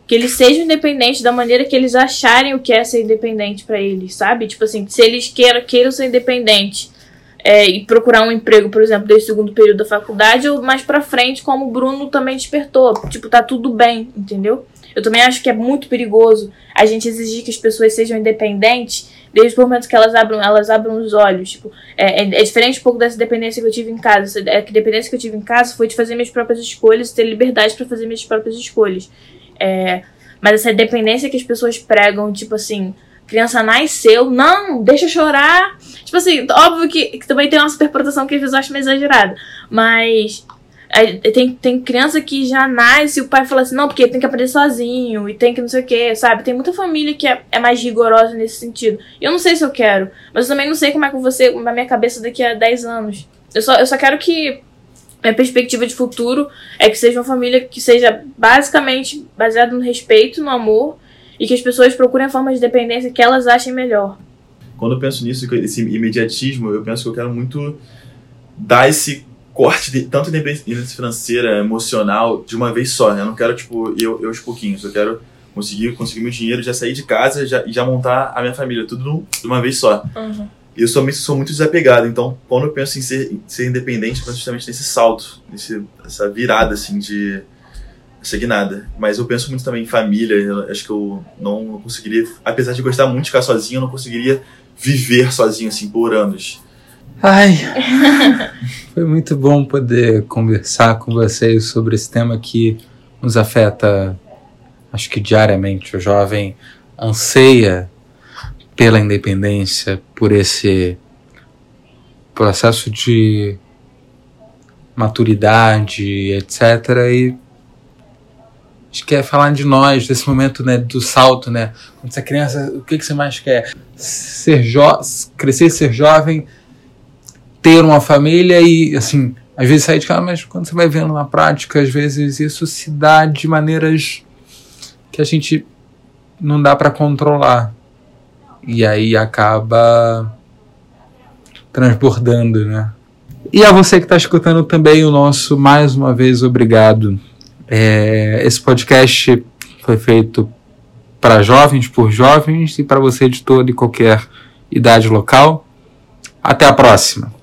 que eles sejam independentes da maneira que eles acharem o que é ser independente pra eles, sabe? Tipo assim, se eles queiram ser independentes e procurar um emprego, por exemplo, desde o segundo período da faculdade, ou mais pra frente, como o Bruno também despertou. Tipo, tá tudo bem, entendeu? Eu também acho que é muito perigoso a gente exigir que as pessoas sejam independentes desde o momento que elas abram os olhos. Tipo, é diferente um pouco dessa dependência que eu tive em casa. A dependência que eu tive em casa foi de fazer minhas próprias escolhas, ter liberdade pra fazer minhas próprias escolhas. Mas essa dependência que as pessoas pregam, tipo assim, criança nasceu, não, deixa chorar. Tipo assim, óbvio que também tem uma superproteção que às vezes eu acho meio exagerada. Mas tem criança que já nasce e o pai fala assim, não, porque tem que aprender sozinho e tem que não sei o que, sabe? Tem muita família que é mais rigorosa nesse sentido. E eu não sei se eu quero, mas eu também não sei como é que eu vou ser na minha cabeça daqui a 10 anos. Eu só quero que minha perspectiva de futuro é que seja uma família que seja basicamente baseada no respeito, no amor, e que as pessoas procurem formas de dependência que elas achem melhor. Quando eu penso nisso, esse imediatismo, eu penso que eu quero muito dar esse corte de tanto independência financeira, emocional, de uma vez só, né? Eu não quero, tipo, eu aos pouquinhos. Eu quero conseguir meu dinheiro, já sair de casa e já montar a minha família, tudo de uma vez só. Uhum. E eu sou muito desapegado, então quando eu penso em ser independente, eu penso justamente nesse salto, essa virada, assim, de estagnada. Mas eu penso muito também em família. Eu acho que eu não conseguiria, apesar de gostar muito de ficar sozinho, eu não conseguiria viver sozinho, assim, por anos. Ai, foi muito bom poder conversar com vocês sobre esse tema que nos afeta, acho que diariamente. O jovem anseia pela independência, por esse processo de maturidade, etc. E a gente quer falar de nós, desse momento, né, do salto, né? Quando você é criança, o que você mais quer? Crescer, ser jovem, ter uma família e, assim, às vezes sair de casa, mas quando você vai vendo na prática, às vezes isso se dá de maneiras que a gente não dá para controlar. E aí acaba transbordando, né? E a você que está escutando também o nosso, mais uma vez, obrigado. Esse podcast foi feito para jovens, por jovens, e para você de toda e qualquer idade local. Até a próxima!